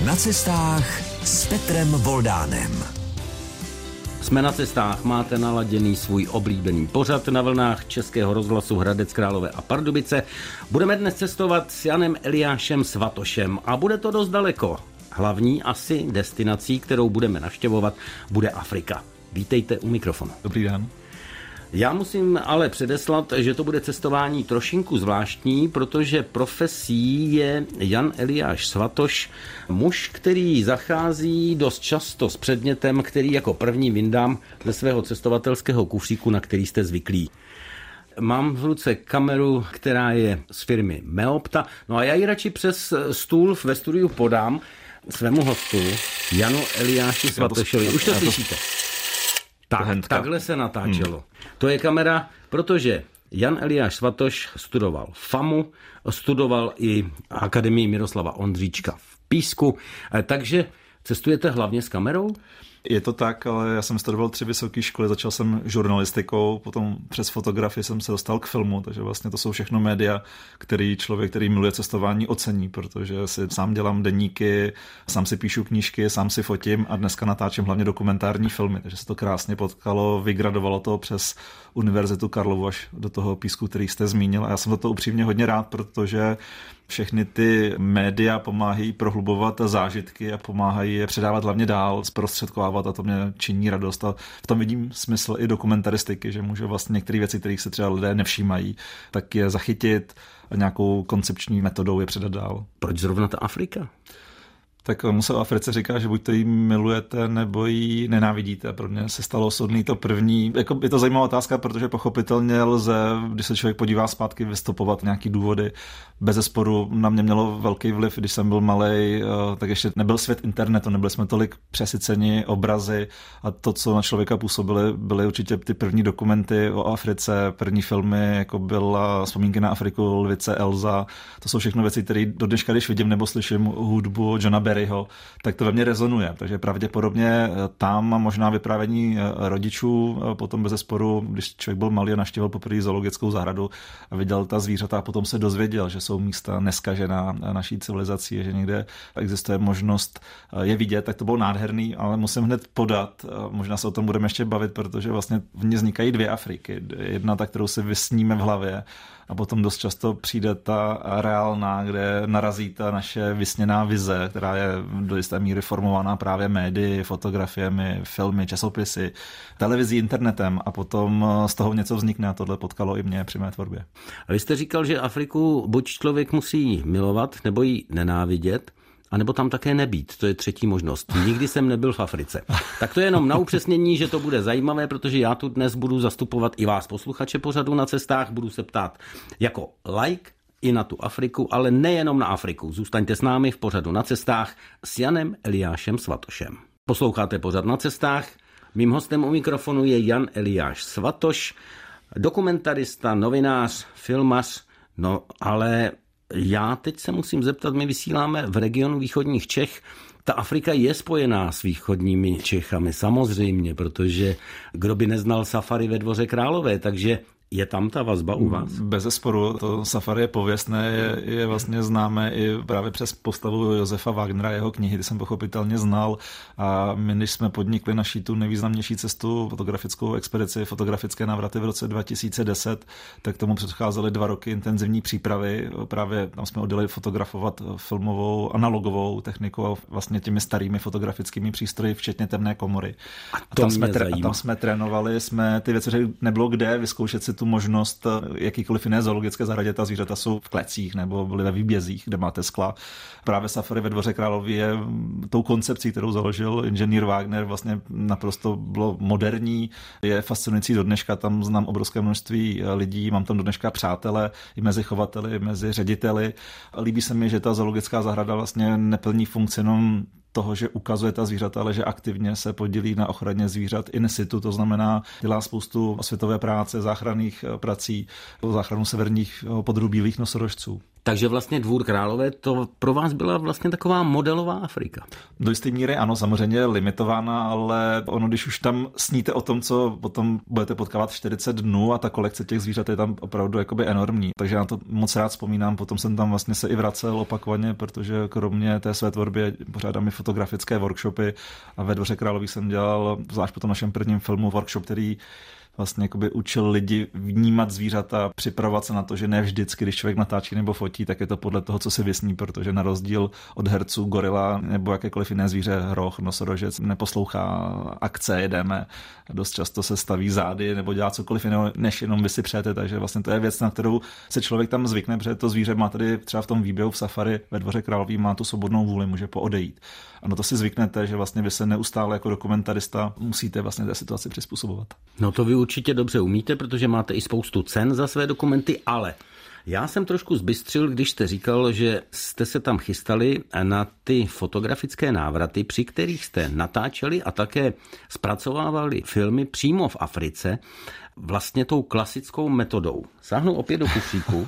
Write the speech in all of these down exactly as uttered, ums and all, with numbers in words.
Na cestách s Petrem Voldánem. Jsme na cestách, máte naladěný svůj oblíbený pořad na vlnách Českého rozhlasu Hradec Králové a Pardubice. Budeme dnes cestovat s Janem Eliášem Svatošem a bude to dost daleko. Hlavní asi destinací, kterou budeme navštěvovat, bude Afrika. Vítejte u mikrofonu. Dobrý den. Já musím ale předeslat, že to bude cestování trošinku zvláštní, protože profesí je Jan Eliáš Svatoš, muž, který zachází dost často s předmětem, který jako první vyndám ze svého cestovatelského kufříku, na který jste zvyklí. Mám v ruce kameru, která je z firmy Meopta, no a já ji radši přes stůl ve studiu podám svému hostu Janu Eliáši Svatošovi. Už to slyšíte. Tak, takhle se natáčelo. Hmm. To je kamera, protože Jan Eliáš Svatoš studoval FAMu, studoval i Akademii Miroslava Ondříčka v Písku, takže cestujete hlavně s kamerou? Je to tak, ale já jsem studoval tři vysoké školy, začal jsem žurnalistikou, potom přes fotografii jsem se dostal k filmu, takže vlastně to jsou všechno média, který člověk, který miluje cestování, ocení, protože si sám dělám deníky, sám si píšu knížky, sám si fotím a dneska natáčím hlavně dokumentární filmy, takže se to krásně potkalo, vygradovalo to přes Univerzitu Karlovu až do toho Písku, který jste zmínil a já jsem za to upřímně hodně rád, protože všechny ty média pomáhají prohlubovat zážitky a pomáhají je předávat hlavně dál, zprostředkovávat a to mě činí radost. A v tom vidím smysl i dokumentaristiky, že může vlastně některé věci, kterých se třeba lidé nevšímají, tak je zachytit a nějakou koncepční metodou je předat dál. Proč zrovna ta Afrika? Tak mu se o Africe říká, že buď to jí milujete, nebo ji nenávidíte. Pro mě se stalo osudný to první. Jako je to zajímavá otázka, protože pochopitelně lze, když se člověk podívá zpátky, vystopovat nějaký důvody. Bezesporu na mě mělo velký vliv, když jsem byl malej, tak ještě nebyl svět internetu, nebyli jsme tolik přesyceni obrazy a to, co na člověka působily, byly určitě ty první dokumenty o Africe, první filmy, jako byla Vzpomínky na Afriku, Lvice, Elza. To jsou všechno věci, které do dneška, když vidím nebo slyším hudbu Johna Berryho, tak to ve mně rezonuje. Takže pravděpodobně tam možná vyprávění rodičů, potom bezesporu, když člověk byl malý a navštívil poprvé zoologickou zahradu a viděl ta zvířata a potom se dozvěděl, že jsou místa neskažená naší civilizací, že někde existuje možnost je vidět, tak to bylo nádherný, ale musím hned podat, možná se o tom budeme ještě bavit, protože vlastně v ní vznikají dvě Afriky. Jedna, ta, kterou si vysníme v hlavě, a potom dost často přijde ta reálná, kde narazí ta naše vysněná vize, která je do jisté míry formovaná právě médii, fotografiemi, filmy, časopisy, televizí, internetem a potom z toho něco vznikne a tohle potkalo i mě při mé tvorbě. A vy jste říkal, že Afriku buď člověk musí milovat, nebo ji nenávidět, a nebo tam také nebýt. To je třetí možnost. Nikdy jsem nebyl v Africe. Tak to je jenom na upřesnění, že to bude zajímavé, protože já tu dnes budu zastupovat i vás, posluchače pořadu Na cestách. Budu se ptát jako like i na tu Afriku, ale nejenom na Afriku. Zůstaňte s námi v pořadu Na cestách s Janem Eliášem Svatošem. Posloucháte pořad Na cestách. Mým hostem u mikrofonu je Jan Eliáš Svatoš, dokumentarista, novinář, filmař, no ale já teď se musím zeptat, my vysíláme v regionu východních Čech. Ta Afrika je spojená s východními Čechami, samozřejmě, protože kdo by neznal safari ve Dvoře Králové, takže je tam ta vazba u vás? Bezesporu, to safari je pověstné, je, je vlastně známé i právě přes postavu Josefa Wagnera, jeho knihy, ty jsem pochopitelně znal a my, když jsme podnikli naší tu nejvýznamnější cestu, fotografickou expedici, fotografické návraty v roce dva tisíce deset, tak tomu předcházely dva roky intenzivní přípravy, právě tam jsme odjeli fotografovat filmovou, analogovou technikou a vlastně těmi starými fotografickými přístroji, včetně temné komory. A, a, tam, jsme tre- a tam jsme trénovali, jsme ty věci, že nebylo kde vyzkoušet si tu možnost jakýkoliv jiné zoologické zahradě, ta zvířata jsou v klecích nebo byly ve výbězích, kde máte skla. Právě safari ve Dvoře Králové je tou koncepcí, kterou založil inženýr Wagner, vlastně naprosto bylo moderní, je fascinující do dneška, tam znám obrovské množství lidí, mám tam do dneška přátele i mezi chovateli, mezi řediteli. Líbí se mi, že ta zoologická zahrada vlastně neplní funkci jenom toho, že ukazuje ta zvířata, ale že aktivně se podílí na ochraně zvířat in situ, to znamená, dělá spoustu světové práce, záchranných prací, záchranu severních podruh bílých nosorožců. Takže vlastně Dvůr Králové, to pro vás byla vlastně taková modelová Afrika. Do jisté míry ano, samozřejmě limitována, ale ono, když už tam sníte o tom, co potom budete potkávat čtyřicet dnů a ta kolekce těch zvířat je tam opravdu jakoby enormní. Takže na to moc rád vzpomínám, potom jsem tam vlastně se i vracel opakovaně, protože kromě té své tvorby pořádám i fotografické workshopy a ve Dvoře Králových jsem dělal, zvlášť po tom našem prvním filmu, workshop, který vlastně jakoby učil lidi vnímat zvířata, připravovat se na to, že ne vždycky, když člověk natáčí nebo fotí, tak je to podle toho, co si vysní, protože na rozdíl od herců gorila nebo jakékoliv jiné zvíře, hroch, nosorožec, neposlouchá akce, jedeme, dost často se staví zády nebo dělá cokoliv jiného, než jenom vy si přejete, takže vlastně to je věc, na kterou se člověk tam zvykne, protože to zvíře má tady třeba v tom výběhu v safari ve Dvoře Králových má tu svobodnou vůli, může poodejít. A no to si zvyknete, že vlastně vy se neustále jako dokumentarista musíte vlastně té situaci přizpůsobovat. No to vy určitě dobře umíte, protože máte i spoustu cen za své dokumenty, ale já jsem trošku zbystřil, když jste říkal, že jste se tam chystali na ty fotografické návraty, při kterých jste natáčeli a také zpracovávali filmy přímo v Africe, vlastně tou klasickou metodou. Sáhnu opět do kufříku,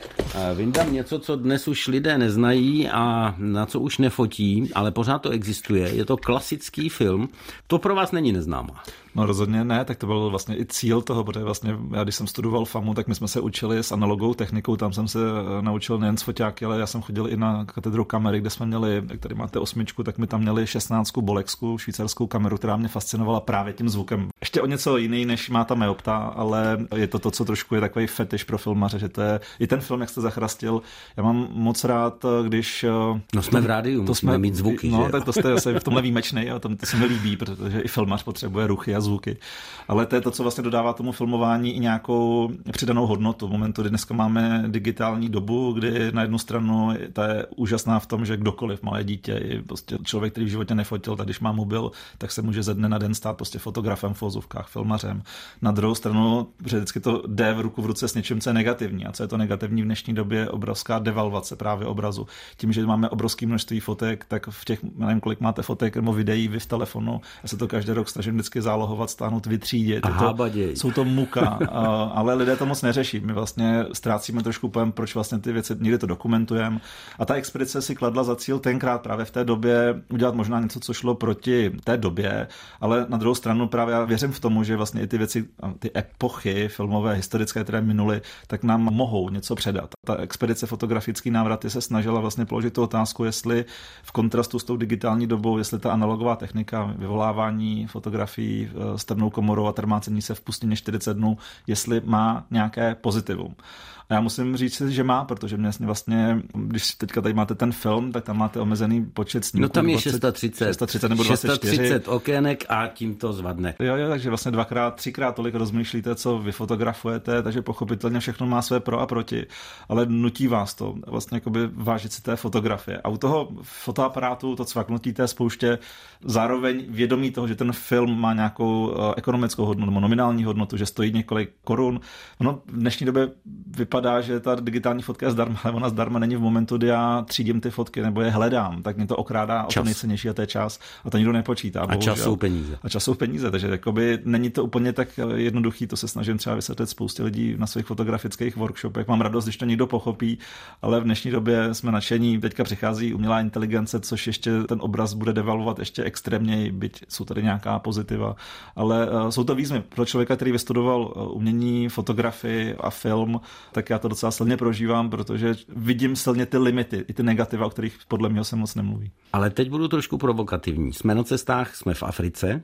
vyndám něco, co dnes už lidé neznají a na co už nefotí, ale pořád to existuje. Je to klasický film. To pro vás není neznámá. No rozhodně ne, tak to byl vlastně i cíl toho, protože vlastně já když jsem studoval FAMu, tak my jsme se učili s analogovou technikou, tam jsem se naučil nejen z foťáky, ale já jsem chodil i na katedru kamery, kde jsme měli, jak tady máte osmičku, tak my tam měli šestnáctku Bolexku, švýcarskou kameru, která mě fascinovala právě tím zvukem. Ještě o něco jiný, než má ta Meopta, ale je to to, co trošku je takový fetiš pro filmaře, že to je i ten film, jak jste zachrastil. Já mám moc rád, když... No jsme v rádiu, to musíme jsme, mít zvuky, no, že? tak to jste asi v tomhle výjimečnej a to, to se mi líbí, protože i filmař potřebuje ruchy a zvuky. Ale to je to, co vlastně dodává tomu filmování i nějakou přidanou hodnotu. V momentu, kdy dneska máme digitální dobu, kdy na jednu stranu ta je úžasná v tom, že kdokoliv, malé dítě, i prostě člověk, který v životě nefotil, tak když má mobil, tak se může ze dne na den stát prostě fotografem v ozovkách, filmařem. Na druhou stranu, že vždycky to jde v ruku v ruce s něčím, co je negativní. A co je to negativní v dnešní době, je obrovská devalvace právě obrazu. Tím, že máme obrovské množství fotek, tak v těch, nevím, kolik máte fotek nebo videí vy v telefonu. Já se to každý rok snažím vždycky zálohovat, stáhnout, vytřídit. Aha, to, jsou to muka, ale lidé to moc neřeší. My vlastně ztrácíme trošku pojem, proč vlastně ty věci někdy to dokumentujeme. A ta expedice si kladla za cíl tenkrát právě v té době udělat možná něco, co šlo proti té době, ale na druhou stranu právě já věřím v tomu, že vlastně i ty věci, ty epochy filmové, historické, které minuly, tak nám mohou něco předat. Ta expedice fotografický návraty se snažila vlastně položit tu otázku, jestli v kontrastu s tou digitální dobou, jestli ta analogová technika vyvolávání fotografií s temnou komorou a trmácení se v pustině čtyřicet dnů, jestli má nějaké pozitivum. A já musím říct, že má, protože mě vlastně, když teďka tady máte ten film, tak tam máte omezený počet snímků. No tam je šest set třicet. šest set třicet nebo dvacet čtyři. šest set třicet okének a tím to zvadne. Jo, jo, takže vlastně dvakrát, třikrát tolik rozmýšlíte, co vy fotografujete, takže pochopitelně všechno má své pro a proti, ale nutí vás to vlastně jakoby vážit si té fotografie. A u toho fotoaparátu, to cvaknutí té spouště, zároveň vědomí toho, že ten film má nějakou ekonomickou hodnotu, nebo nominální hodnotu, že stojí několik korun. Ono v dnešní době vypadá, že ta digitální fotka je zdarma, ale ona zdarma není v momentu, kdy já třídím ty fotky nebo je hledám, tak mě to okrádá o to nejcennější a to je čas a to nikdo nepočítá. A čas jsou peníze. A čas jsou peníze, takže jakoby není to úplně tak jednoduchý, to se snažím třeba vysvětlit spoustě lidí na svých fotografických workshopech. Mám radost, když to někdo pochopí, ale v dnešní době jsme nadšení, teďka přichází umělá inteligence, což ještě ten obraz bude devalvovat ještě extrémněji, byť jsou tady nějaká pozitiva, ale jsou to výzvy pro člověka, který vystudoval umění, fotografii a film, tak já to docela silně prožívám, protože vidím silně ty limity, i ty negativa, o kterých podle mě se moc nemluví. Ale teď budu trošku provokativní. Jsme na cestách, jsme v Africe,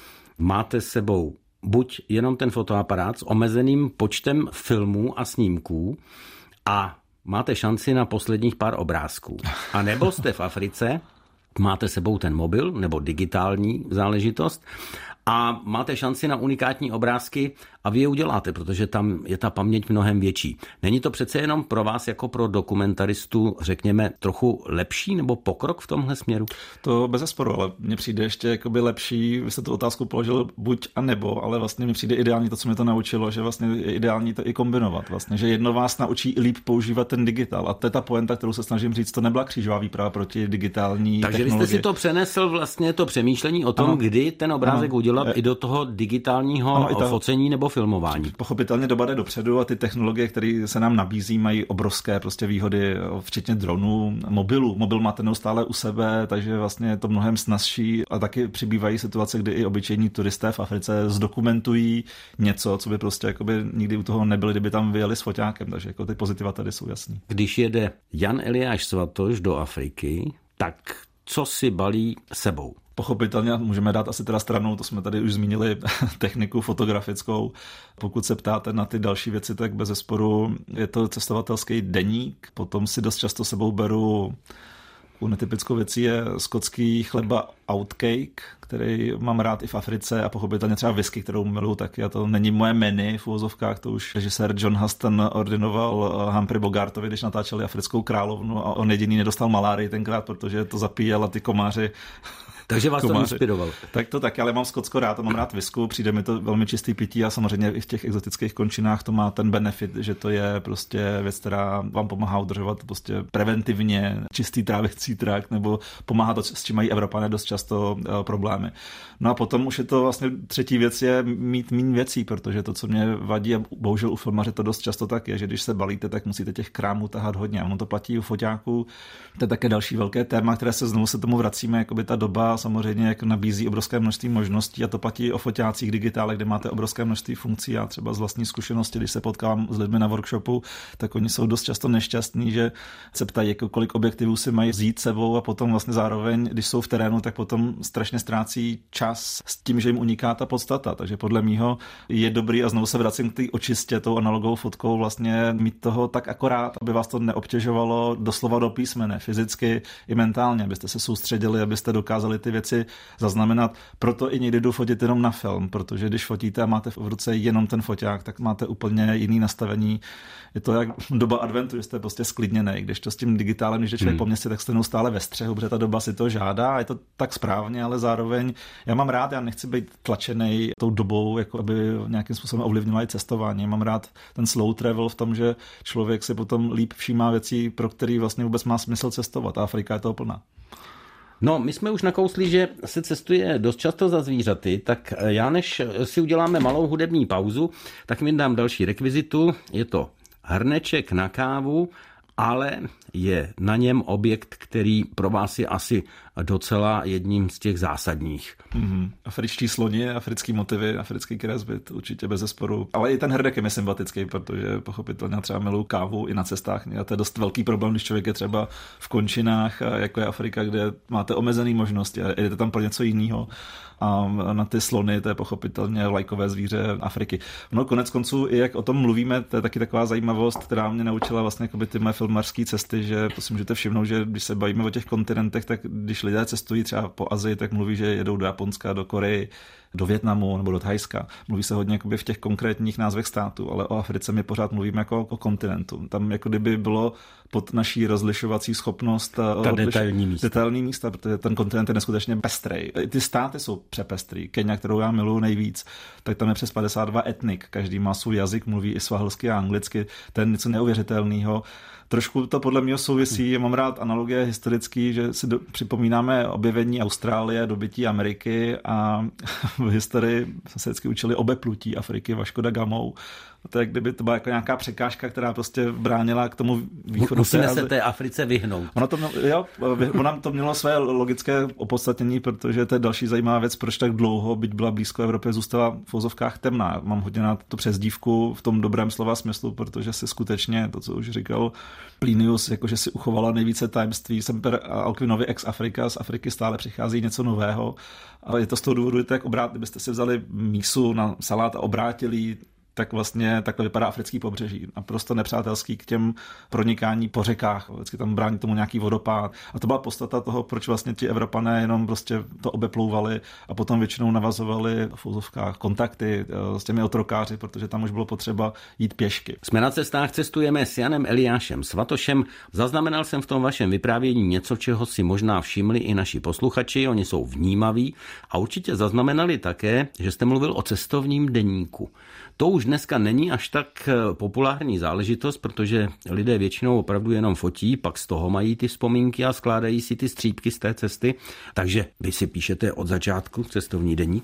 máte s sebou buď jenom ten fotoaparát s omezeným počtem filmů a snímků a máte šanci na posledních pár obrázků. A nebo jste v Africe, máte sebou ten mobil nebo digitální záležitost a máte šanci na unikátní obrázky a vy je uděláte, protože tam je ta paměť mnohem větší. Není to přece jenom pro vás jako pro dokumentaristu, řekněme, trochu lepší nebo pokrok v tomhle směru? To bezesporu, ale mně přijde ještě jakoby lepší, vy jste tu otázku položil buď a nebo, ale vlastně mi přijde ideální to, co mě to naučilo, že vlastně je ideální to i kombinovat. Vlastně, že jedno vás naučí líp používat ten digitál a to je ta pointa, kterou se snažím říct, to nebyla křížová výprava proti digitální Takže technologii. vy jste si to přenesl vlastně to přemýšlení o tom, ano. Kdy ten obrázek ano. udělat vhodila i do toho digitálního ano, ta... focení nebo filmování. Pochopitelně doba jde dopředu a ty technologie, které se nám nabízí, mají obrovské prostě výhody, včetně dronů, mobilů. Mobil máte neustále u sebe, takže vlastně je to mnohem snazší a taky přibývají situace, kdy i obyčejní turisté v Africe zdokumentují něco, co by prostě jakoby nikdy u toho nebyli, kdyby tam vyjeli s foťákem, takže jako ty pozitiva tady jsou jasný. Když jede Jan Eliáš Svatoš do Afriky, tak co si balí sebou? Pochopitelně můžeme dát asi teda stranou, to jsme tady už zmínili, techniku fotografickou. Pokud se ptáte na ty další věci, tak bezesporu je to cestovatelský deník, potom si dost často sebou beru netypickou věcí je skotský chleba Outcake, který mám rád i v Africe a pochopitelně třeba whisky, kterou miluji taky a to není moje menu v uvozovkách, to už režisér John Huston ordinoval Humphrey Bogartovi, když natáčeli Africkou královnu a on jediný nedostal malárii tenkrát, protože to zapíjel a ty komáři. Takže vás komáři. To inspiroval. Tak to taky, ale mám Skotsko rád a mám rád whisky, přijde mi to velmi čistý pití a samozřejmě i v těch exotických končinách to má ten benefit, že to je prostě věc, která vám pomáhá udržovat prostě preventivně čistý trávicí trakt nebo pomáhá to, s čím mají Evropané dost často uh, problémy. No a potom už je to vlastně třetí věc je mít méně věcí, protože to, co mě vadí a bohužel u filmaře to dost často tak je, že když se balíte, tak musíte těch krámů tahat hodně. A ono to platí u foťáků. To je také další velké téma, které se znovu se tomu vracíme, jakoby ta doba samozřejmě jak nabízí obrovské množství možností a to platí o foťácích digitále, kde máte obrovské množství funkcí. Já třeba z vlastní zkušenosti, když se potkávám s lidmi na workshopu, tak oni jsou dost často nešťastní, že se ptají, jako kolik objektivů si mají vzít sebou a potom vlastně zároveň, když jsou v terénu, tak potom strašně ztrácí čas s tím, že jim uniká ta podstata. Takže podle mýho je dobrý a znovu se vracím k té očistě, tou analogovou fotkou vlastně mít toho tak akorát, aby vás to neobtěžovalo doslova do písmene, fyzicky i mentálně, abyste se soustředili, abyste dokázali ty věci zaznamenat. Proto i někdy jdu fotit jenom na film, protože když fotíte a máte v ruce jenom ten foťák, tak máte úplně jiný nastavení. Je to jak doba adventu, že jste prostě sklidněnej. Když to s tím digitálem, když je člověk hmm. po městě, tak jste neustále ve střehu, protože ta doba si to žádá a je to tak správně, ale zároveň já mám rád, já nechci být tlačenej tou dobou, jako aby nějakým způsobem ovlivnila i cestování. Mám rád ten slow travel v tom, že člověk si potom líp všímá věcí, pro který vlastně vůbec má smysl cestovat. A Afrika je toho plná. No, my jsme už nakousli, že se cestuje dost často za zvířaty, tak já než si uděláme malou hudební pauzu, tak mi dám další rekvizitu. Je to hrneček na kávu, ale je na něm objekt, který pro vás je asi docela jedním z těch zásadních. Mm-hmm. Afričtí sloni, africký motivy, africký kresbit, určitě bez zesporu. Ale i ten hrdek je mi sympatický, protože pochopitelně třeba miluji kávu i na cestách. A to je dost velký problém, když člověk je třeba v končinách, jako je Afrika, kde máte omezené možnosti a jdete tam pro něco jiného. A na ty slony, to je pochopitelně vlajkové zvíře Afriky. No konec konců, i jak o tom mluvíme, to je taky taková zajímavost, která mě naučila vlastně ty mé filmařské cesty, že to si můžete všimnout, že když se bavíme o těch kontinentech, tak když lidé cestují třeba po Asii, tak mluví, že jedou do Japonska, do Koreji, do Vietnamu nebo do Thajska. Mluví se hodně v těch konkrétních názvech států, ale o Africe my pořád mluvíme jako o kontinentu. Tam jako kdyby bylo pod naší rozlišovací schopnost ta detailní místa. detailní místa, protože ten kontinent je neskutečně pestrej. Ty státy jsou přepestrý. Kenia, kterou já miluji nejvíc, tak tam je přes padesát dva etnik. Každý má svůj jazyk, mluví i svahilsky a anglicky. To je něco neuvěřitelného. Trošku to podle mě souvisí, já mám rád analogie historický, že si do, připomínáme objevení Austrálie, dobytí Ameriky a v historii jsme se vždycky učili o beplutí Afriky Vasco da Gamou. To je, kdyby to byla jako nějaká překážka, která prostě bránila k tomu východu. Musíme se té Africe vyhnout. Ono to, jo, ono to mělo své logické opodstatnění, protože to je další zajímavá věc, proč tak dlouho, byť byla blízko Evropě, zůstala v vozovkách temná. Mám hodně na tu přezdívku v tom dobrém slova smyslu, protože si skutečně, to, co už říkal Plinius, jakože si uchovala nejvíce tajemství Semper Alcuinovi ex Africa, z Afriky stále přichází něco nového. Ale je to z toho důvodu, že to jak obrát, kdybyste si vzali mísu na salát a obrátili, tak vlastně takhle vypadá africký pobřeží. Naprosto nepřátelský k těm pronikání po řekách. Vždycky tam brání tomu nějaký vodopád. A to byla podstata toho, proč vlastně ti Evropané jenom prostě to obeplouvali a potom většinou navazovali v úzovkách kontakty s těmi otrokáři, protože tam už bylo potřeba jít pěšky. Jsme na cestách, cestujeme s Janem Eliášem Svatošem. Zaznamenal jsem v tom vašem vyprávění něco, čeho si možná všimli i naši posluchači. Oni jsou vnímaví a určitě zaznamenali také, že jste mluvil o cestovním deníku. To už dneska není až tak populární záležitost, protože lidé většinou opravdu jenom fotí, pak z toho mají ty vzpomínky a skládají si ty střípky z té cesty. Takže vy si píšete od začátku cestovní deníky?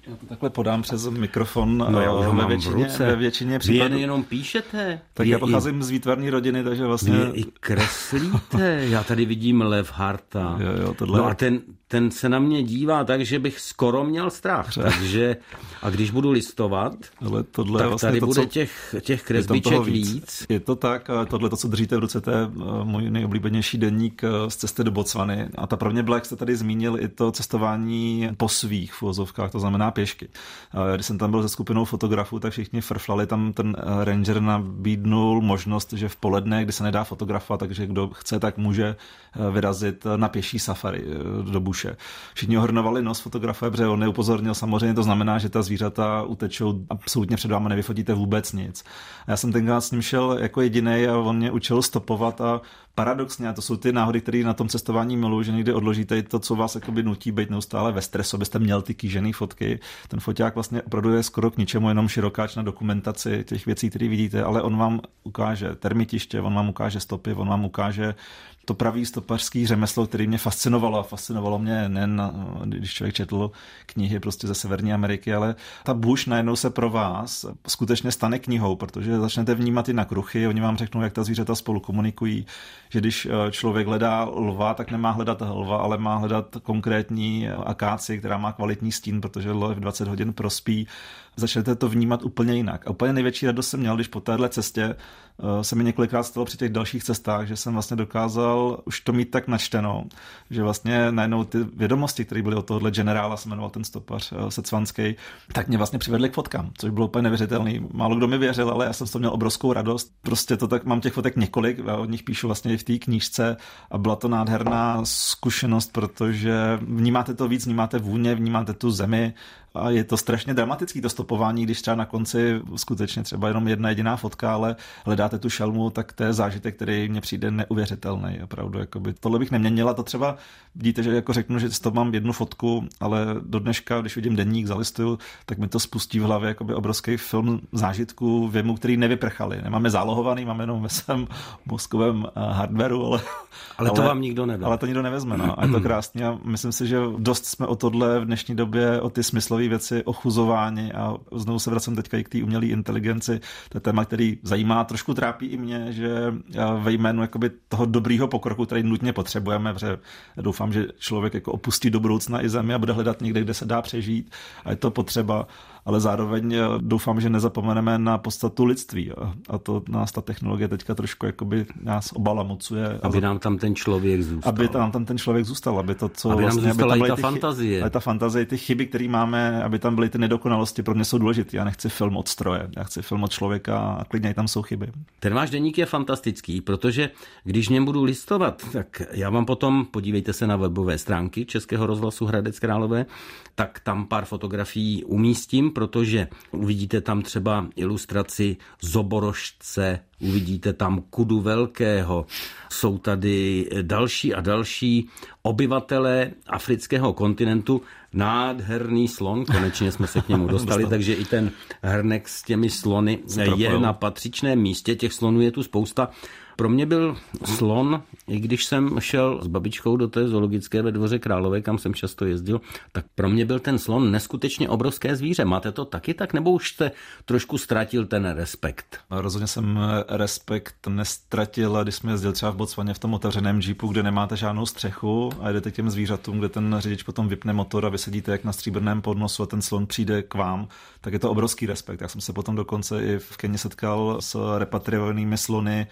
Já to takhle podám přes mikrofon. No já už ho ve mám většině, v ruce. ve většině případů. případů. Vy jen jenom píšete. Tak vy já pocházím i... z výtvarné rodiny, takže vlastně... Vy i kreslíte. Já tady vidím Lev Harta. Jo, jo, tohle... No a ten, ten se na mě dívá tak, že bych skoro měl strach. Ře. Takže a když budu listovat, ale tohle tak vlastně tady to, bude co... těch, těch kresbiček víc. víc. Je to tak, ale tohle, to, co držíte v ruce, to je můj nejoblíbenější deník z cesty do Botswany. A ta pro mě byla, jak jste tady zmínil, i to cestování po svých v uvozovkách, to znamená pěšky. Když jsem tam byl se skupinou fotografů, tak všichni frflali, tam ten ranger nabídnul možnost, že v poledne, kdy se nedá fotografovat, takže kdo chce, tak může vyrazit na pěší safari do buše. Všichni ohrnovali nos fotografuje, protože on neupozornil, samozřejmě to znamená, že ta zvířata utečou absolutně před vámi, nevyfotíte vůbec nic. A já jsem tenkrát s ním šel jako jedinej a on mě učil stopovat a paradoxně, a to jsou ty náhody, které na tom cestování miluji, že někdy odložíte to, co vás jakoby nutí být neustále ve stresu, abyste měl ty kýžený fotky. Ten foťák vlastně opravdu je skoro k ničemu, jenom širokáč na dokumentaci těch věcí, které vidíte, ale on vám ukáže termitiště, on vám ukáže stopy, on vám ukáže to pravý stopařský řemeslo, který mě fascinovalo a fascinovalo mě nejen, když člověk četl knihy prostě ze Severní Ameriky, ale ta buš najednou se pro vás skutečně stane knihou, protože začnete vnímat i na kruchy, oni vám řeknou, jak ta zvířata spolu komunikují, že když člověk hledá lva, tak nemá hledat lva, ale má hledat konkrétní akáci, která má kvalitní stín, protože lev dvacet hodin prospí. Začnete to vnímat úplně jinak. A úplně největší radost jsem měl, když po téhle cestě se mi několikrát stalo při těch dalších cestách, že jsem vlastně dokázal už to mít tak načteno, že vlastně najednou ty vědomosti, které byly od tohohle generála, se jmenoval ten stopař secvanský, tak mě vlastně přivedly k fotkám, což bylo úplně neuvěřitelný. Málo kdo mi věřil, ale já jsem z toho měl obrovskou radost. Prostě to tak, mám těch fotek několik, já od nich píšu vlastně i v té knížce a byla to nádherná zkušenost, protože vnímáte to víc, vnímáte vůně, vnímáte tu zemi. A je to strašně dramatický to stopování, když třeba na konci skutečně třeba jenom jedna jediná fotka, ale hledáte tu šelmu, tak to je zážitek, který mně přijde neuvěřitelný. Opravdu, jakoby, tohle bych neměnila. To třeba vidíte, že jako řeknu, že to mám jednu fotku, ale do dneška, když vidím deník, zalistuju, tak mi to spustí v hlavě jakoby obrovský film zážitků, věmu, který nevyprchali. Nemáme zálohovaný, máme jenom ve svém mozkovém hardwareu, ale, ale to ale, vám nikdo nedá. Ale to nikdo nevezme. No. A je to krásný a myslím si, že dost jsme o tohle v dnešní době, o ty smyslové věci, ochuzování a znovu se vracím teďka i k té umělé inteligenci. To je téma, který zajímá, trošku trápí i mě, že ve jménu jakoby toho dobrýho pokroku, který nutně potřebujeme, protože doufám, že člověk jako opustí do budoucna i zemi a bude hledat někde, kde se dá přežít a je to potřeba, ale zároveň doufám, že nezapomeneme na podstatu lidství a to nás ta technologie teďka trošku jakoby nás obalamocuje. Aby nám tam ten člověk zůstal. Aby tam, tam ten člověk zůstal, aby to, co aby vlastně, nám zůstala aby tam i ta fantazie. Aby ta fantazie, ty chyby, které máme, aby tam byly ty nedokonalosti, pro mě jsou důležité. Já nechci film od stroje, já chci film od člověka a klidně tam jsou chyby. Ten váš deník je fantastický, protože když v něm budu listovat, tak já vám potom, podívejte se na webové stránky Českého rozhlasu Hradec Králové, tak tam pár fotografií umístím, protože uvidíte tam třeba ilustraci zoborožce, uvidíte tam kudu velkého, jsou tady další a další obyvatelé afrického kontinentu, nádherný slon, konečně jsme se k němu dostali, takže i ten hrnek s těmi slony je na patřičném místě, těch slonů je tu spousta. Pro mě byl slon, i když jsem šel s babičkou do té zoologické ve Dvoře Králové, kam jsem často jezdil, tak pro mě byl ten slon neskutečně obrovské zvíře. Máte to taky tak, nebo už jste trošku ztratil ten respekt? Rozhodně jsem respekt nestratil, když jsme jezdili třeba v Botswaně v tom otevřeném džípu, kde nemáte žádnou střechu a jdete k těm zvířatům, kde ten řidič potom vypne motor a vy sedíte jak na stříbrném podnosu a ten slon přijde k vám, tak je to obrovský respekt. Já jsem se potom dokonce i v Keni setkal s repatriovanými slony,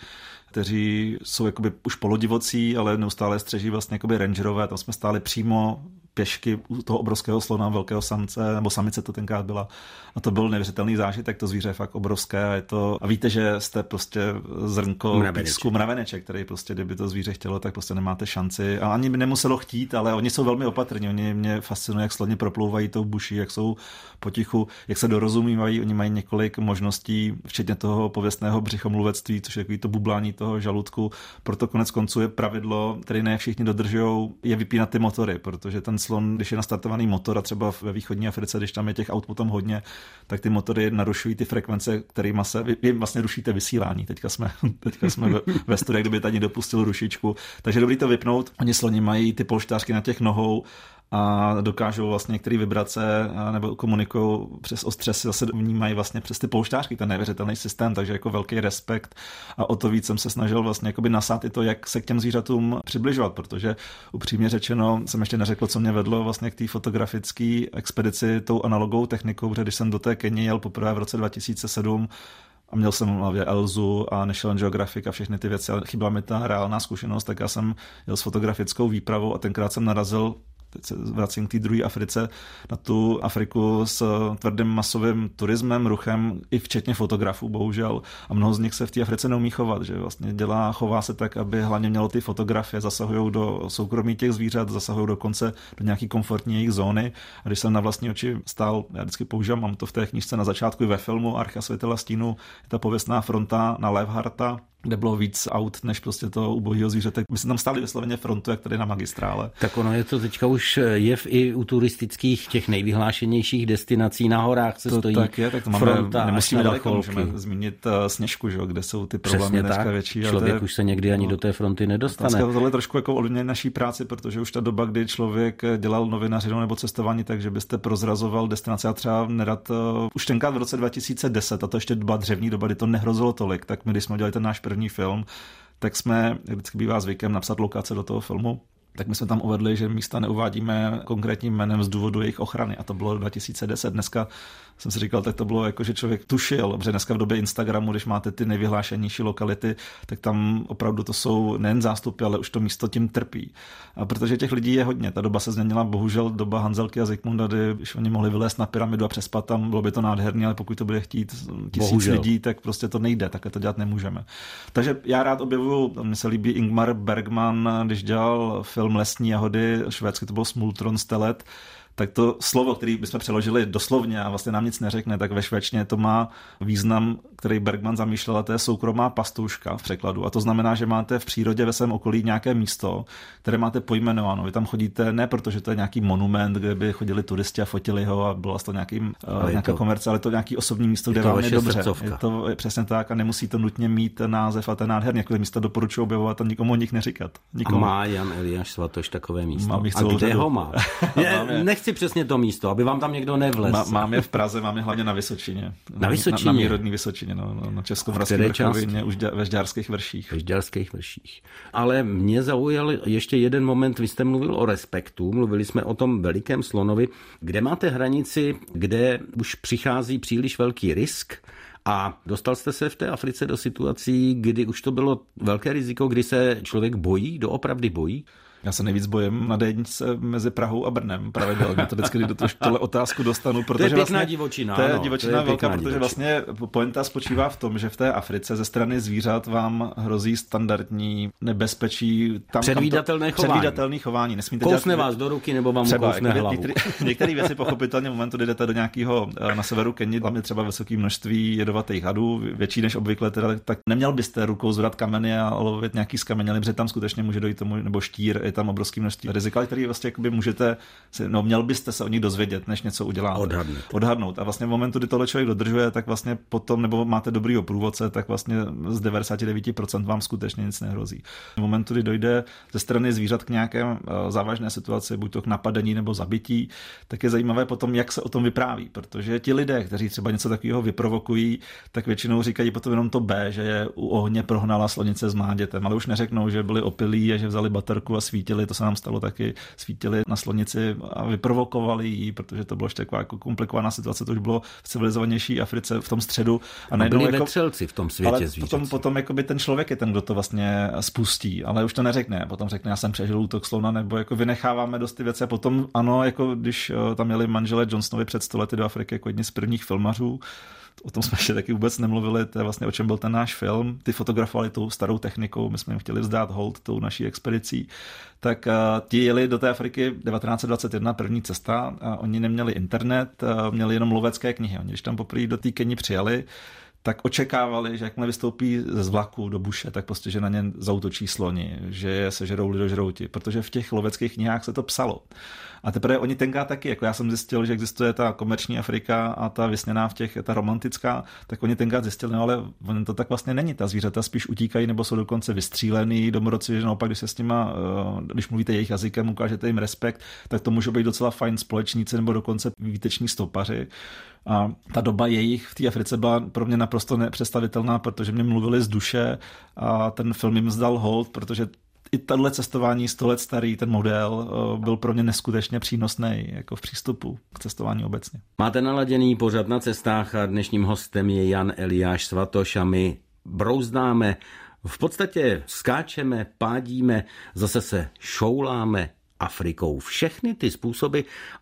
kteří jsou jakoby už polodivocí, ale neustále střeží vlastně jakoby rangerové. Tam jsme stáli přímo pěšky u toho obrovského slona, velkého samce, nebo samice to tenkrát byla. A to byl neuvěřitelný zážitek, to zvíře je fakt obrovské. A, je to, a víte, že jste prostě zrnko písku, mraveneček, který prostě, kdyby to zvíře chtělo, tak prostě nemáte šanci. A ani by nemuselo chtít, ale oni jsou velmi opatrní. Oni mě fascinují, jak sloni proplouvají tou buší, jak jsou potichu, jak se dorozumívají. Oni mají několik možností, včetně toho pověstného břichomluvectví, což je takový to bublání toho žaludku. Proto konec konců je pravidlo, které ne všichni dodržují, je vypínat ty motory, protože ten slon, když je nastartovaný motor a třeba ve východní Africe, když tam je těch aut potom hodně, tak ty motory narušují ty frekvence, kterými se vy, vy vlastně rušíte vysílání. Teďka jsme, teďka jsme ve, ve studiu, kdyby tady dopustil rušičku. Takže dobrý to vypnout. Oni sloni mají ty polštářky na těch nohou a dokážou vlastně některé vibrace nebo komunikují přes ostřesy, zase vnímají vlastně přes ty poušťářky, ten neuvěřitelný systém, takže jako velký respekt a o to víc jsem se snažil vlastně jakoby nasát i to, jak se k těm zvířatům přibližovat, protože upřímně řečeno jsem ještě neřekl, co mě vedlo vlastně k té fotografické expedici tou analogovou technikou, protože když jsem do té Keni jel poprvé v roce dva tisíce sedm a měl jsem v hlavě Elzu a National Geographic a všechny ty věci, ale chyběla mi ta reálná zkušenost, tak já jsem jel s fotografickou výpravou a tenkrát jsem narazil, teď se vracím k té druhé Africe, na tu Afriku s tvrdým masovým turismem, ruchem, i včetně fotografů, bohužel. A mnoho z nich se v té Africe neumí chovat, že vlastně dělá, chová se tak, aby hlavně mělo ty fotografie, zasahují do soukromí těch zvířat, zasahují dokonce do nějaký komfortní jejich zóny. A když jsem na vlastní oči stál, já vždycky používám, mám to v té knížce na začátku i ve filmu Archa světela stínu, je ta pověstná fronta na Levharta, kde bylo víc aut, než prostě to ubohýho zvířete. My jsme tam stáli vysloveně frontu, jak tady na magistrále. Tak ono je to teďka už jev i u turistických těch nejvyhlášenějších destinací na horách se to stojí tak je, tak to máme, fronta. Nemusíme daleko, můžeme zmínit uh, Sněžku, že, kde jsou ty problémy Přesně dneska tak. větší. Člověk je, už se někdy ani no, do té fronty nedostane. Tohle je trošku jako ovlivnění naší práci, protože už ta doba, kdy člověk dělal novinařinu nebo cestování, takže byste prozrazoval destinace a třeba nerad, uh, už tenkrát v roce dva tisíce deset, a to ještě doba dřevní doba, kdy to nehrozilo tolik, tak my, když jsme dělali ten náš první film, tak jsme, jak vždycky bývá zvykem, napsat lokace do toho filmu, tak my jsme tam uvedli, že místa neuvádíme konkrétním jménem z důvodu jejich ochrany a to bylo dva tisíce deset. Dneska jsem si říkal, tak to bylo jako, že člověk tušil, protože dneska v době Instagramu, když máte ty nejvyhlášenější lokality, tak tam opravdu to jsou nejen zástupy, ale už to místo tím trpí. A protože těch lidí je hodně, ta doba se změnila, bohužel doba Hanzelky a Zikmunda, když oni mohli vylézt na pyramidu a přespat tam, bylo by to nádherné, ale pokud to bude chtít tisíc bohužel. lidí, tak prostě to nejde, takhle to dělat nemůžeme. Takže já rád objevuju, mně se líbí Ingmar Bergman, když dělal film Lesní jahody, švédsky to bylo Smultronstelet, tak to slovo, který bychom přeložili doslovně a vlastně nám nic neřekne, tak ve švédštině to má význam, který Bergman zamýšlel, a to je soukromá pastouška v překladu. A to znamená, že máte v přírodě ve svém okolí nějaké místo, které máte pojmenováno. Vy tam chodíte ne protože to je nějaký monument, kde by chodili turisti a fotili ho a byla to nějaký, uh, nějaká to, komerce, ale to nějaký osobní místo, kde vám je dobře. Srdcovka. Je to je přesně tak a nemusí to nutně mít název a ten nádherný, jako místa doporučuji objevovat a nikomu o nich neříkat. Nikomu. A má Jan Eliáš Svatoš takové místo? Mám a kde řadu. Ho má? Je, nechci přesně to místo, aby vám tam někdo nevlez. Má, mám je v Praze, mám je hlavně na Vysočině. Na Vysočině? Na, na mý rodný Vysočině, no, no, na Českomoravském vrchovině, už ve Žďárských vrších. Ve Žďárských vrších. Ale mě zaujal ještě jeden moment, vy jste mluvil o respektu, mluvili jsme o tom velikém slonovi, kde máte hranici, kde už přichází příliš velký risk. A dostal jste se v té Africe do situací, kdy už to bylo velké riziko, kdy se člověk bojí, doopravdy bojí? Já se nejvíc bojím na dé jedničce mezi Prahou a Brnem. Pravidelně to vždycky do tohle otázku dostanu, protože to je pěkná vlastně, divočina. To je ano, divočina to je velká, protože divočina. vlastně pointa spočívá v tom, že v té Africe ze strany zvířat vám hrozí standardní nebezpečí. Tam, předvídatelné to, chování. Předvídatelné chování. Nesmíte kousne dělat, vás do ruky nebo vám třeba, kousne jako, hlavu. Některé, některé věci pochopitelně v momentu, kdy jdete do nějakého na severu Keni, tam je třeba vysoké množství jedovatých hadů, větší než obvykle, teda, tak neměl byste rukou zvedat kameny a lovit nějaký skameněliny, protože tam skutečně může dojít tomu, nebo štír, je tam obrovský množství rizika, který vlastně jakoby můžete, no měl byste se o nich dozvědět, než něco uděláte. Odhadnout. Odhadnout. A vlastně v momentu, kdy tohle člověk dodržuje, tak vlastně potom, nebo máte dobrýho průvodce, tak vlastně z devadesát devět procent vám skutečně nic nehrozí. V momentu, kdy dojde ze strany zvířat k nějaké závažné situaci, buď to k napadení nebo zabití, tak je zajímavé potom, jak se o tom vypráví, protože ti lidé, kteří třeba něco takového vyprovokují, tak většinou říkají potom jenom to B, že je u ohně prohnala slonice s mládětem, ale už neřeknou, že byli opilí a že vzali baterku a svítili, to se nám stalo taky, svítili na slonici a vyprovokovali ji, protože to bylo ještě taková jako komplikovaná situace, to už bylo v civilizovanější Africe v tom středu. A byli jako, vetřelci v tom světě zvířat. Potom, potom jakoby ten člověk je ten, kdo to vlastně spustí, ale už to neřekne. Potom řekne, já jsem přežil útok slona, nebo jako vynecháváme dost ty věci. A potom ano, jako když tam jeli manželé Johnsonovi před sto lety do Afriky jako jedni z prvních filmařů, o tom jsme ještě taky vůbec nemluvili, to je vlastně o čem byl ten náš film. Ty fotografovali tou starou technikou, my jsme jim chtěli vzdát hold tou naší expedicí. Tak uh, ti jeli do té Afriky devatenáct dvacet jedna, první cesta, a oni neměli internet, uh, měli jenom lovecké knihy. Oni když tam poprvé do té Keni přijeli, tak očekávali, že jakmile vystoupí z vlaku do buše, tak prostě, že na ně zaútočí sloni, že je sežerou lidožrouti, protože v těch loveckých knihách se to psalo. A teprve oni tenkrát taky, jako já jsem zjistil, že existuje ta komerční Afrika a ta vysněná v těch, ta romantická, tak oni tenkrát zjistili, no ale on to tak vlastně není. Ta zvířata spíš utíkají nebo jsou dokonce vystřílený domorodci, že naopak, když se s nima, když mluvíte jejich jazykem, ukážete jim respekt, tak to můžou být docela fajn společníci nebo dokonce výteční stopaři. A ta doba jejich v té Africe byla pro mě naprosto nepředstavitelná, protože mě mluvili z duše a ten film jim zdal hold, protože i tahle cestování sto let starý, ten model, byl pro mě neskutečně přínosný jako v přístupu k cestování obecně. Máte naladěný pořad Na cestách a dnešním hostem je Jan Eliáš Svatoš a my brouzdáme, v podstatě skáčeme, pádíme, zase se šouláme Afrikou. Všechny ty způsoby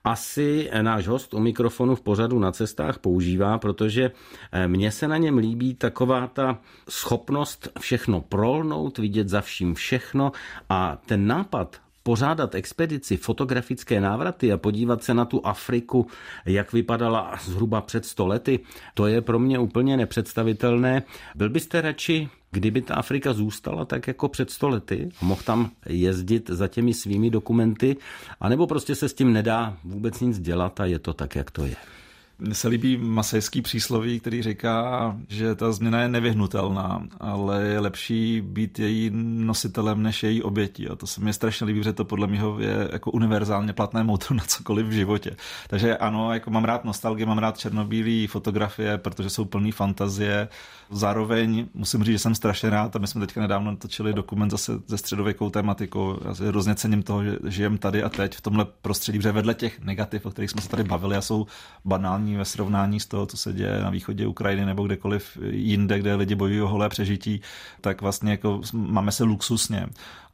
asi náš host u mikrofonu v pořadu Na cestách používá, protože mně se na něm líbí taková ta schopnost všechno prolnout, vidět za vším všechno a ten nápad pořádat expedici, fotografické návraty a podívat se na tu Afriku, jak vypadala zhruba před sto lety, to je pro mě úplně nepředstavitelné. Byl byste radši, kdyby ta Afrika zůstala tak jako před sto lety a mohl tam jezdit za těmi svými dokumenty, anebo prostě se s tím nedá vůbec nic dělat a je to tak, jak to je? Mně se líbí masejský přísloví, který říká, že ta změna je nevyhnutelná, ale je lepší být její nositelem než její obětí. A to se mi strašně líbí, že to podle mého je jako univerzálně platné moudro na cokoliv v životě. Takže ano, jako mám rád nostalgii, mám rád černobílé fotografie, protože jsou plný fantazie. Zároveň musím říct, že jsem strašně rád a my jsme teďka nedávno točili dokument zase ze středověkou tematikou. Já si hrozně cením toho, že žijem tady a teď v tomhle prostředí, protože vedle těch negativ, o kterých jsme se tady bavili a jsou banální ve srovnání s toho, co se děje na východě Ukrajiny nebo kdekoliv jinde, kde lidi bojují o holé přežití, tak vlastně jako máme se luxusně.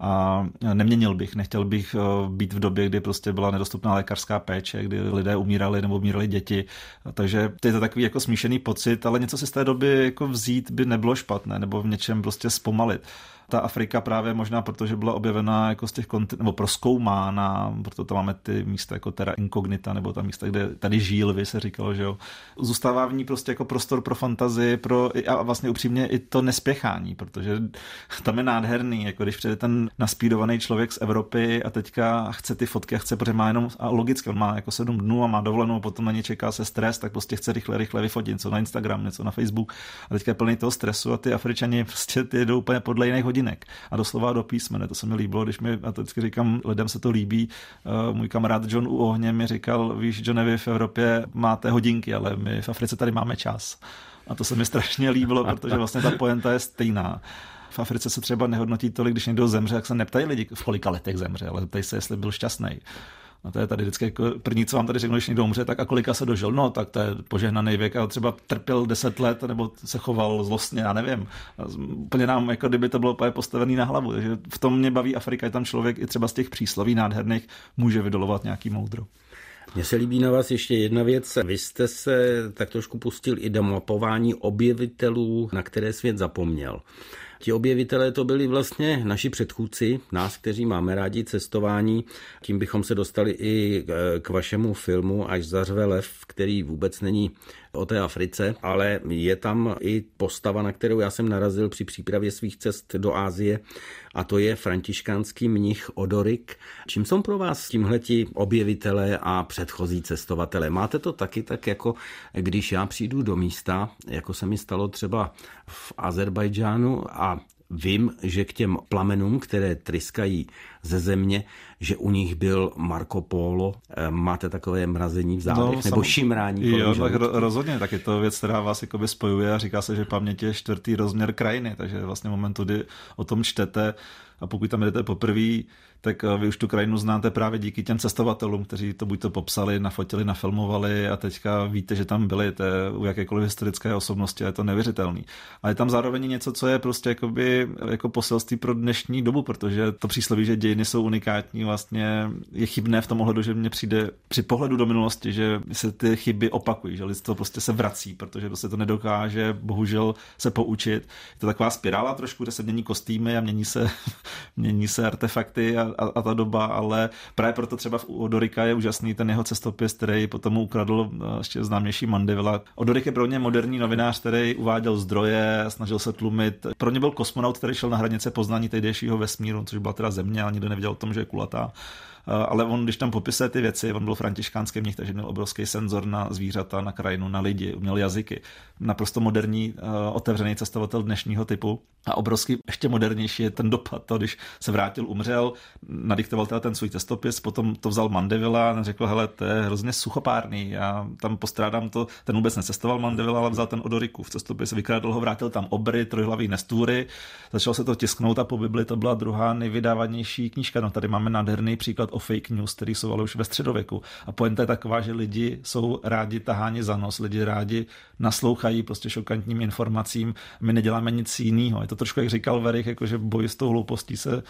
A neměnil bych, nechtěl bych být v době, kdy prostě byla nedostupná lékařská péče, kdy lidé umírali nebo umírali děti. Takže to je to takový jako smíšený pocit, ale něco si z té doby jako vzít by nebylo špatné nebo v něčem prostě zpomalit. Ta Afrika právě možná, protože byla objevená jako z těch kontinentů, nebo prozkoumána, proto tam máme ty místa jako terra incognita, nebo ta místa, kde tady žijí lvy, se říkalo, že jo. Zůstává v ní prostě jako prostor pro fantazii, pro a vlastně upřímně i to nespěchání, protože tam je nádherný, jako když přijde ten naspídovaný člověk z Evropy a teďka chce ty fotky a chce, protože má jenom, a logicky, on má jako sedm dnů a má dovolenou, potom na ně čeká se stres, tak prostě chce rychle, rychle vyfotit něco na Instagram, něco na Facebook a teďka je plný toho stresu a ty Afričani prostě ty jdou úplně podle jiných hodin. A doslova do písmene, to se mi líbilo, když mi, a to vždycky říkám, lidem se to líbí, uh, můj kamarád John u ohně mi říkal, víš, Johne, vy v Evropě máte hodinky, ale my v Africe tady máme čas. A to se mi strašně líbilo, protože vlastně ta pointa je stejná. V Africe se třeba nehodnotí tolik, když někdo zemře, jak se neptají lidi, v kolika letech zemře, ale ptají se, jestli byl šťastný. A to je tady vždycky jako první, co vám tady řeknu, když někdo umře, tak a kolika se dožil. No, tak to je požehnaný věk, ale třeba trpěl deset let, nebo se choval zlostně, já nevím. Úplně nám, jako kdyby to bylo postavený na hlavu. Takže v tom mě baví Afrika, je tam člověk i třeba z těch přísloví nádherných může vydolovat nějaký moudro. Mně se líbí na vás ještě jedna věc. Vy jste se tak trošku pustil i do mapování objevitelů, na které svět zapomněl. Ti objevitelé to byli vlastně naši předchůdci, nás, kteří máme rádi cestování. Tím bychom se dostali i k vašemu filmu Až zařve lev, který vůbec není o té Africe, ale je tam i postava, na kterou já jsem narazil při přípravě svých cest do Asie, a to je františkánský mnich Odorik. Čím jsou pro vás tímhleti objevitelé a předchozí cestovatelé? Máte to taky tak, jako když já přijdu do místa, jako se mi stalo třeba v Azerbajdžánu a vím, že k těm plamenům, které tryskají ze země, že u nich byl Marco Polo. Máte takové mrazení v zádech, no, nebo sam... šimrání? Jo, tak rozhodně, tak je to věc, která vás jakoby spojuje a říká se, že paměť je čtvrtý rozměr krajiny, takže vlastně momentu, kdy o tom čtete a pokud tam jdete poprvé, tak vy už tu krajinu znáte právě díky těm cestovatelům, kteří to buď to popsali, nafotili, nafilmovali a teďka víte, že tam byli to u jakékoliv historické osobnosti a je to neuvěřitelný. A je tam zároveň něco, co je prostě jakoby, jako poselství pro dnešní dobu, protože to přísloví, že dějiny jsou unikátní, vlastně je chybné v tom ohledu, že mně přijde při pohledu do minulosti, že se ty chyby opakují, že lidstvo prostě se vrací, protože prostě to nedokáže bohužel se poučit. Je to taková spirála trošku, kde se mění kostýmy a mění se, mění se artefakty a A, a ta doba, ale právě proto třeba v Odorika je úžasný ten jeho cestopis, který potom mu ukradl ještě známější Mandevilla. Odorik je pro mě moderní novinář, který uváděl zdroje, snažil se tlumit. Pro ně byl kosmonaut, který šel na hranice poznání tehdejšího vesmíru, což byla teda Země, ale nikdo nevěděl o tom, že je kulatá. ale on, když tam popisuje ty věci, on byl františkánský mnich, takže měl obrovský senzor na zvířata, na krajinu, na lidi, uměl jazyky. Naprosto moderní, otevřený cestovatel dnešního typu a obrovský ještě modernější je ten dopad, to, když se vrátil, umřel, nadiktoval teda ten svůj cestopis, potom to vzal Mandevilla a řekl, hele, to je hrozně suchopárný, já tam postrádám to, ten vůbec necestoval Mandevilla, ale vzal ten Odorikův cestopis, vykrádl ho, vrátil tam obry, trojhlavý nestvůry, začal se to tisknout a po Bibli to byla druhá nejvydávanější knížka. No tady máme nádherný příklad o fake news, který jsou ale už ve středověku. A pointa je taková, že lidi jsou rádi taháni za nos, lidi rádi naslouchají prostě šokantním informacím. My neděláme nic jiného. Je to trošku, jak říkal Verich, jakože boj s tou hloupostí se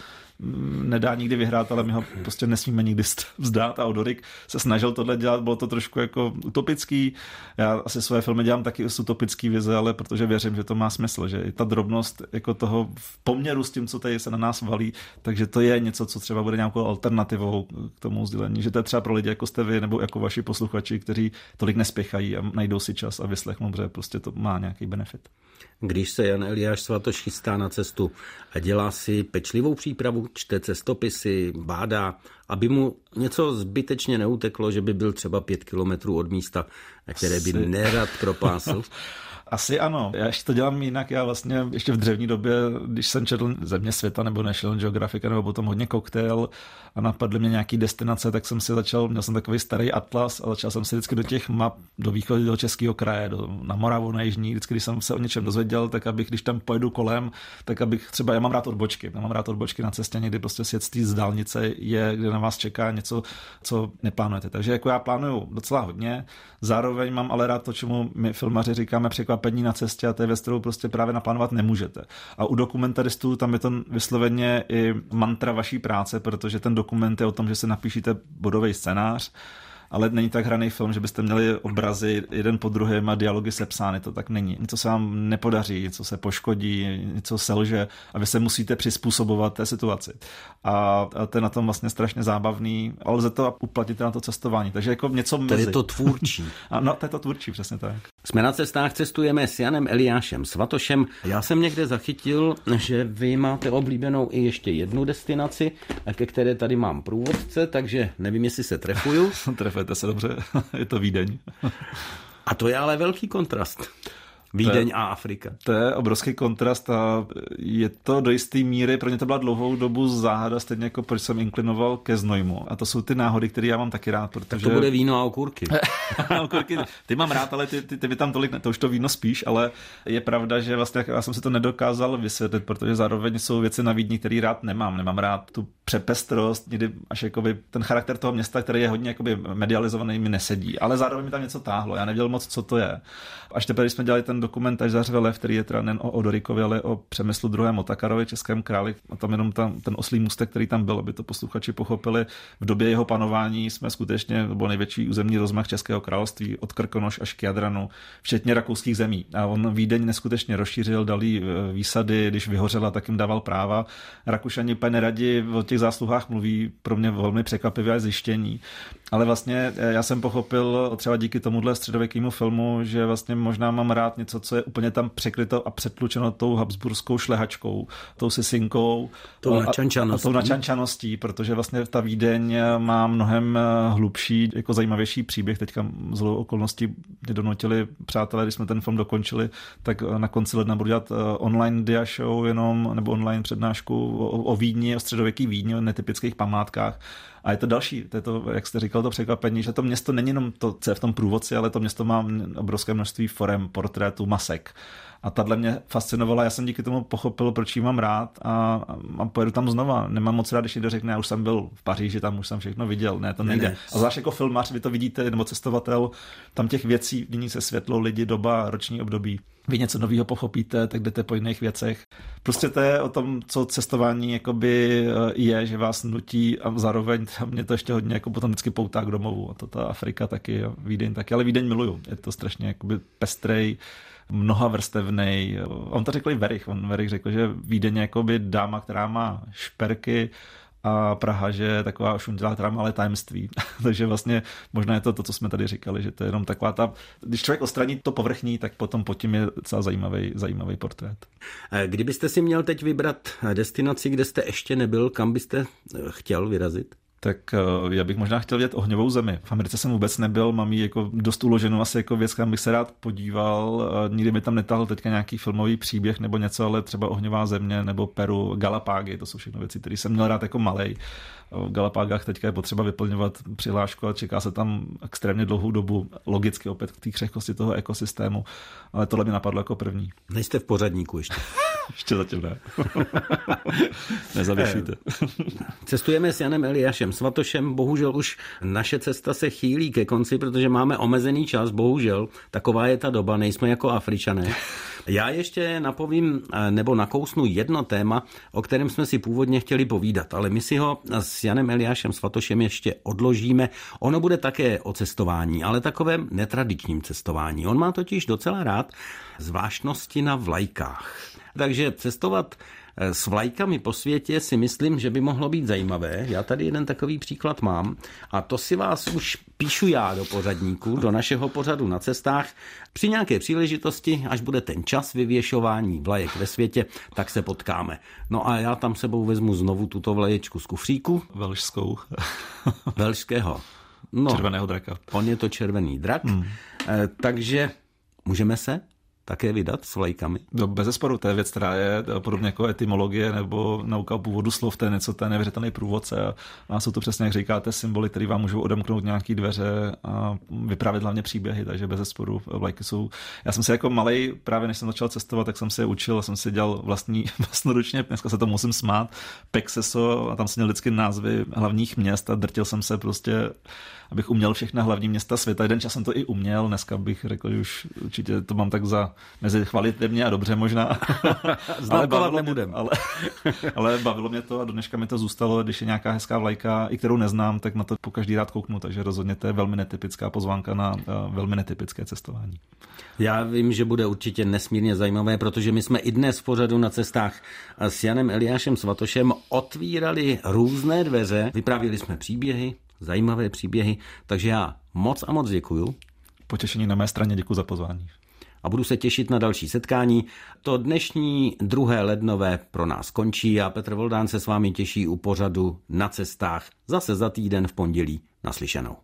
nedá nikdy vyhrát, ale my ho prostě nesmíme nikdy vzdát a Odorik se snažil tohle dělat, bylo to trošku jako utopický. Já asi své filmy dělám taky z utopický vize, ale protože věřím, že to má smysl, že i ta drobnost jako toho v poměru s tím, co tady se na nás valí, takže to je něco, co třeba bude nějakou alternativou k tomu sdělení, že to je třeba pro lidi jako jste vy nebo jako vaši posluchači, kteří tolik nespěchají a najdou si čas a vyslechnou, protože prostě to má nějaký benefit. Když se Jan Eliáš Svatoš chystá na cestu a dělá si pečlivou přípravu, čte cestopisy, bádá, aby mu něco zbytečně neuteklo, že by byl třeba pět kilometrů od místa, které by nerad propásl. Asi ano. Já ještě to dělám jinak. Já vlastně ještě v dřevní době, když jsem četl Země světa nebo National Geographic nebo potom hodně koktejl a napadly mě nějaký destinace, tak jsem si začal, měl jsem takový starý atlas a začal jsem si vždycky do těch map, do východu, do Českého kraje, do, na Moravu, na Jižní, vždycky, když jsem se o něčem dozvěděl, tak abych, když tam pojedu kolem, tak abych třeba, já mám rád odbočky, já mám rád odbočky na cestě, někdy prostě sjet z dálnice je, kde na vás čeká něco, co neplánujete. Takže jako já plánuju docela hodně, zároveň mám ale rád to, čemu my filmaři říkáme překvapení na cestě a to je věc, kterou prostě právě naplánovat nemůžete. A u dokumentaristů tam je to vysloveně i mantra vaší práce, protože ten dokument je o tom, že se napíšete bodový scénář, ale není tak hraný film, že byste měli obrazy jeden po druhém a dialogy sepsány, to tak není. Něco se vám nepodaří, něco se poškodí, něco selže a vy se musíte přizpůsobovat té situaci. A to je na tom vlastně strašně zábavný, ale lze to uplatit na to cestování. Takže jako něco mezi. To je to tvůrčí. Ano, to je to tvůrčí, přesně tak. Jsme na cestách, cestujeme s Janem Eliášem Svatošem. Já jsem někde zachytil, že vy máte oblíbenou i ještě jednu destinaci, ke které tady mám průvodce, takže nevím, jestli se trefuju. Trefujete se dobře, je to Vídeň. A to je ale velký kontrast. Vídeň a Afrika. To je obrovský kontrast a je to do jisté míry, pro ně to byla dlouhou dobu záhada, stejně jako proč jsem inklinoval ke Znojmu. A to jsou ty náhody, které já mám taky rád. Protože... Tak to bude víno a okurky. Okurky, ty mám rád, ale ty, ty, ty by tam tolik, ne, to už to víno spíš, ale je pravda, že vlastně já jsem si to nedokázal vysvětlit, protože zároveň jsou věci na Vídni, které rád nemám. Nemám rád tu přepestrost, někdy až jakoby ten charakter toho města, který je hodně jakoby medializovaný, mi nesedí, ale zároveň mi tam něco táhlo. Já nevěděl moc, co to je. Až teprve, když jsme dělali ten dokument Až zařve lev, který je teda nejen o Odorikovi, ale o Přemyslu druhém. Otakarovi, českém králi. A tam jenom tam, ten oslý můstek, který tam byl, aby to posluchači pochopili. V době jeho panování jsme skutečně, byl největší územní rozmach Českého království od Krkonoš až k Jadranu, včetně rakouských zemí. A on Vídeň neskutečně rozšířil, dal jí výsady, když vyhořela, tak jim dával práva. Rakušani úplně neradi o těch zásluhách mluví, pro mě velmi překvapivé zjištění. Ale vlastně já jsem pochopil třeba díky tomuhle středověkému filmu, že vlastně možná mám rád něco, co je úplně tam překryto a přetlučeno tou habsburskou šlehačkou, tou sisinkou, tou načančaností. A, a tou načančaností, protože vlastně ta Vídeň má mnohem hlubší, jako zajímavější příběh. Teďka z okolností mě donutili přátelé, když jsme ten film dokončili, tak na konci ledna budu dělat online dia show jenom, nebo online přednášku o, o Vídni, o středověký Vídni, o netypických památkách. A je to další, to je to, jak jste říkal, to překvapení, že to město není jenom to, co je v tom průvodci, ale to město má obrovské množství forem, portrétů, masek. A tahle mě fascinovala, já jsem díky tomu pochopil, proč ji mám rád a, a pojedu tam znova. Nemám moc rád, když někdo řekne, já už jsem byl v Paříži, tam už jsem všechno viděl. Ne, to nejde. Ne, ne. A zvlášť jako filmář, vy to vidíte, nebo cestovatel, tam těch věcí, mění se světlo, lidi, doba, roční období. Vy něco nového pochopíte, tak jdete po jiných věcech. Prostě to je o tom, co cestování jakoby je, že vás nutí a zároveň mě to ještě hodně jako potom vždycky poutá k domovu. A to ta Afrika taky, Vídeň taky, ale Vídeň miluju. Je to strašně jakoby pestrej, mnoha vrstevnej. On to řekl i Verich. On Verich řekl, že Vídeň je jakoby dáma, která má šperky, a Praha, že je taková šundělá, která má ale tajemství. Takže vlastně možná je to to, co jsme tady říkali, že to je jenom taková ta... Když člověk odstraní to povrchní, tak potom pod tím je docela zajímavý, zajímavý portrét. Kdybyste si měl teď vybrat destinaci, kde jste ještě nebyl, kam byste chtěl vyrazit? Tak já bych možná chtěl vidět ohňovou zemi. V Americe jsem vůbec nebyl, mám ji jako dost uloženou asi jako věc, kam bych se rád podíval. Nikdy mi tam netáhl teďka nějaký filmový příběh nebo něco, ale třeba ohňová země nebo Peru, Galapágy, to jsou všechno věci, které jsem měl rád jako malej. V Galapágách teďka je potřeba vyplňovat přihlášku a čeká se tam extrémně dlouhou dobu, logicky opět k té křehkosti toho ekosystému, ale tohle mi napadlo jako první. Nejste v pořadníku ještě. Ještě zatím ne. Nezavěšujte. Cestujeme s Janem Eliášem Svatošem, bohužel už naše cesta se chýlí ke konci, protože máme omezený čas, bohužel, taková je ta doba, nejsme jako Afričané. Já ještě napovím nebo nakousnu jedno téma, o kterém jsme si původně chtěli povídat, ale my si ho s Janem Eliášem Svatošem ještě odložíme. Ono bude také o cestování, ale takovém netradičním cestování. On má totiž docela rád zvláštnosti na vlajkách. Takže cestovat s vlajkami po světě si myslím, že by mohlo být zajímavé. Já tady jeden takový příklad mám a to si vás už píšu já do pořadníku, do našeho pořadu na cestách. Při nějaké příležitosti, až bude ten čas vyvěšování vlajek ve světě, tak se potkáme. No a já tam sebou vezmu znovu tuto vlaječku z kufříku. Velšskou. Velšského. No, červeného draka. On je to červený drak. Hmm. E, takže můžeme se také vydat s vlajkami? No, bezesporu, to je věc, která je podobně jako etymologie nebo nauka o původu slov, to je něco, to je nevěřitelný průvodce a, a jsou to přesně, jak říkáte, symboly, které vám můžou odemknout nějaký dveře a vyprávět hlavně příběhy, takže bezesporu vlajky jsou. Já jsem si jako malej, právě než jsem začal cestovat, tak jsem se učil, jsem si dělal vlastní vlastnoručně, dneska se to musím smát, Pexeso a tam jsem měl vždycky názvy hlavních měst a drtil jsem se prostě, abych uměl všechna hlavní města světa. Jeden čas jsem to i uměl, dneska bych řekl, že už určitě to mám tak za mezi chvalitivně a dobře možná. Známkovat nebudem. Ale, ale bavilo mě to a do dneška mi to zůstalo, když je nějaká hezká vlajka, i kterou neznám, tak na to po každý rád kouknu, takže rozhodně to je velmi netypická pozvánka na velmi netypické cestování. Já vím, že bude určitě nesmírně zajímavé, protože my jsme i dnes v pořadu na cestách s Janem Eliášem Svatošem otvírali různé dveře, vyprávěli jsme příběhy, zajímavé příběhy, takže já moc a moc děkuju. Potěšení na mé straně, děkuji za pozvání. A budu se těšit na další setkání. To dnešní druhé lednové pro nás končí a Petr Voldán se s vámi těší u pořadu Na cestách zase za týden v pondělí. Naslyšenou.